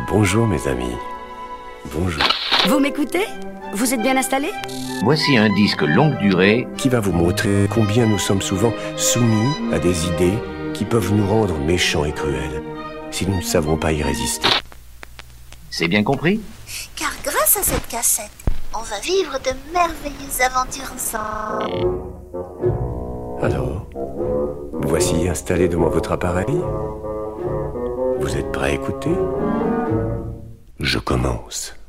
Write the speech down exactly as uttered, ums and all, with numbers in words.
Bonjour mes amis. Bonjour. Vous m'écoutez? Vous êtes bien installé? Voici un disque longue durée Qui va vous montrer combien nous sommes souvent soumis à des idées qui peuvent nous rendre méchants et cruels si nous ne savons pas y résister. C'est bien compris? Car grâce à cette cassette, on va vivre de merveilleuses aventures ensemble. Alors, vous voici installé devant votre appareil. Vous êtes prêt à écouter? Je commence.